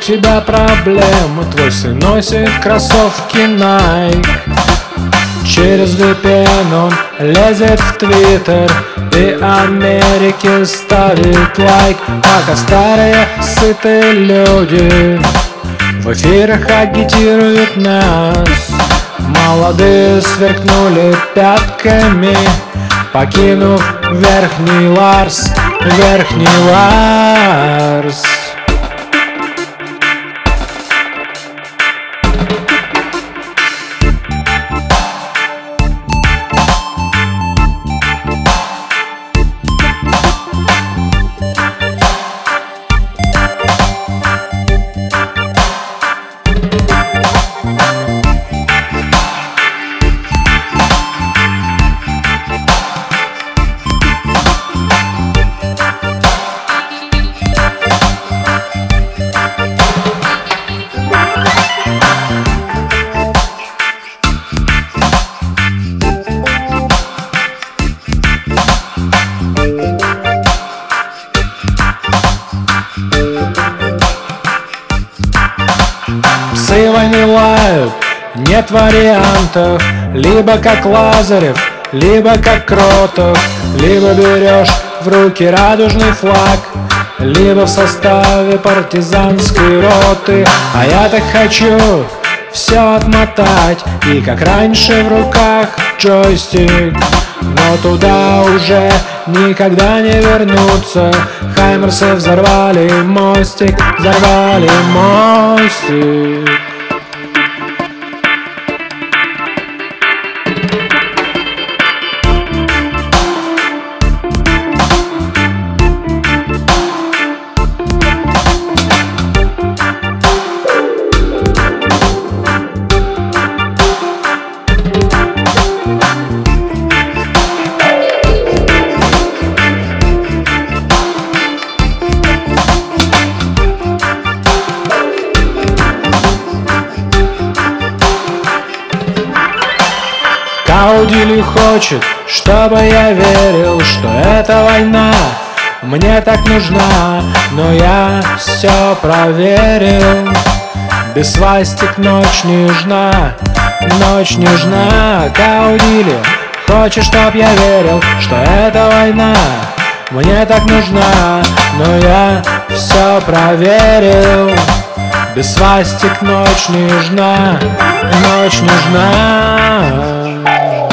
тебя проблемы, твой сын носит кроссовки Nike. Через VPN он лезет в Твиттер и Америке ставит лайк, пока старые сытые люди в эфирах агитируют нас. Молодые сверкнули пятками, покинув Верхний Ларс, Верхний Ларс. Псы войны лают, нет вариантов. Либо как Лазарев, либо как Кротов. Либо берешь в руки радужный флаг, либо в составе партизанской роты. А я так хочу все отмотать, и как раньше в руках джойстик. Но туда уже никогда не вернуться. Хаймерсы взорвали мостик, взорвали мостик. Каудили хочет, чтобы я верил, что эта война мне так нужна, но я все проверил. Без свастик ночь нежна, ночь нежна. Каудили хочет, чтоб я верил, что эта война мне так нужна, но я все проверил. Без свастик ночь нежна, ночь нежна.